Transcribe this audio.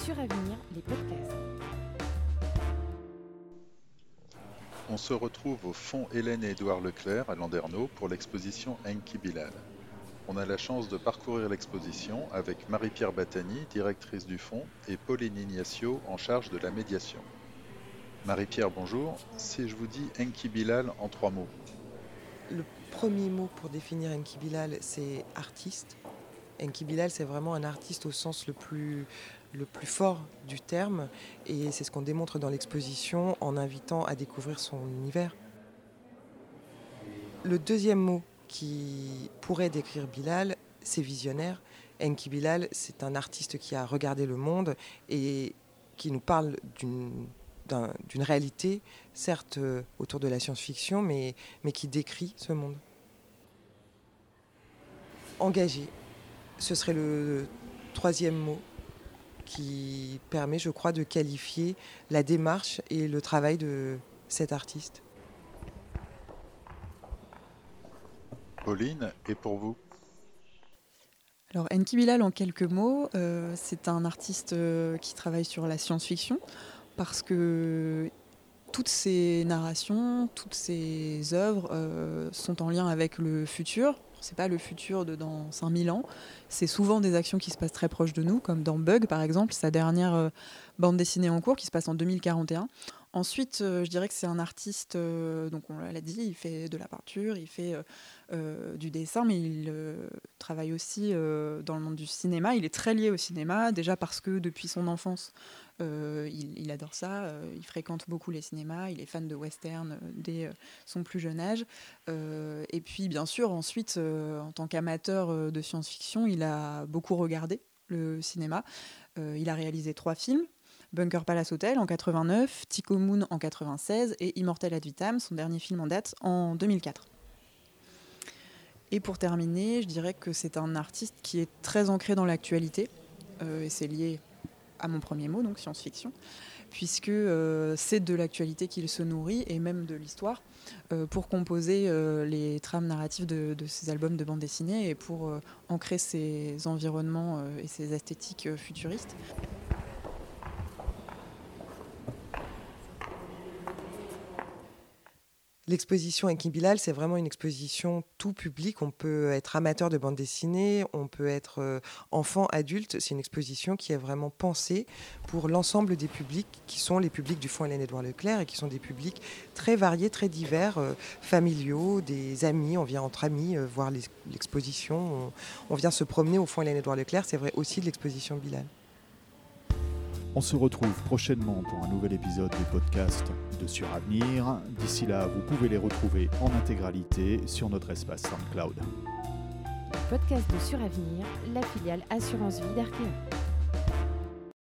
Suravenir, les podcasts. On se retrouve au Fonds Hélène et Édouard Leclerc à Landerneau pour l'exposition Enki Bilal. On a la chance de parcourir l'exposition avec Marie-Pierre Battani, directrice du fonds, et Pauline Ignacio en charge de la médiation. Marie-Pierre, bonjour. Si je vous dis Enki Bilal en 3 mots. Le premier mot pour définir Enki Bilal, c'est artiste. Enki Bilal, c'est vraiment un artiste au sens le plus fort du terme, et c'est ce qu'on démontre dans l'exposition en invitant à découvrir son univers. Le deuxième mot qui pourrait décrire Bilal, c'est visionnaire. Enki Bilal, c'est un artiste qui a regardé le monde et qui nous parle d'une réalité, certes autour de la science-fiction, mais qui décrit ce monde. Engagé, ce serait le troisième mot qui permet, je crois, de qualifier la démarche et le travail de cet artiste. Pauline, et pour vous ? Alors Enki Bilal, en quelques mots, c'est un artiste qui travaille sur la science-fiction parce que toutes ses narrations, toutes ses œuvres sont en lien avec le futur. C'est pas le futur de dans 5000 ans, c'est souvent des actions qui se passent très proches de nous, comme dans Bug par exemple, sa dernière bande dessinée en cours qui se passe en 2041. Ensuite, je dirais que c'est un artiste, donc on l'a dit, il fait de la peinture, il fait du dessin, mais il travaille aussi dans le monde du cinéma. Il est très lié au cinéma, déjà parce que depuis son enfance, il adore ça, il fréquente beaucoup les cinémas, il est fan de western dès son plus jeune âge. Et puis bien sûr, ensuite, en tant qu'amateur de science-fiction, il a beaucoup regardé le cinéma. Il a réalisé 3 films. Bunker Palace Hotel en 89, Tycho Moon en 96 et Immortel Ad Vitam, son dernier film en date, en 2004. Et pour terminer, je dirais que c'est un artiste qui est très ancré dans l'actualité, et c'est lié à mon premier mot, donc science-fiction, puisque c'est de l'actualité qu'il se nourrit, et même de l'histoire, pour composer les trames narratives de ses albums de bande dessinée et pour ancrer ses environnements et ses esthétiques futuristes. L'exposition Enki Bilal, c'est vraiment une exposition tout public. On peut être amateur de bande dessinée, on peut être enfant, adulte. C'est une exposition qui est vraiment pensée pour l'ensemble des publics qui sont les publics du Fonds Hélène et Édouard Leclerc et qui sont des publics très variés, très divers, familiaux, des amis. On vient entre amis voir l'exposition. On vient se promener au Fonds Hélène et Édouard Leclerc. C'est vrai aussi de l'exposition Bilal. On se retrouve prochainement pour un nouvel épisode du podcast de Suravenir. D'ici là, vous pouvez les retrouver en intégralité sur notre espace SoundCloud. Podcast de Suravenir, la filiale Assurance Vie d'Arkea.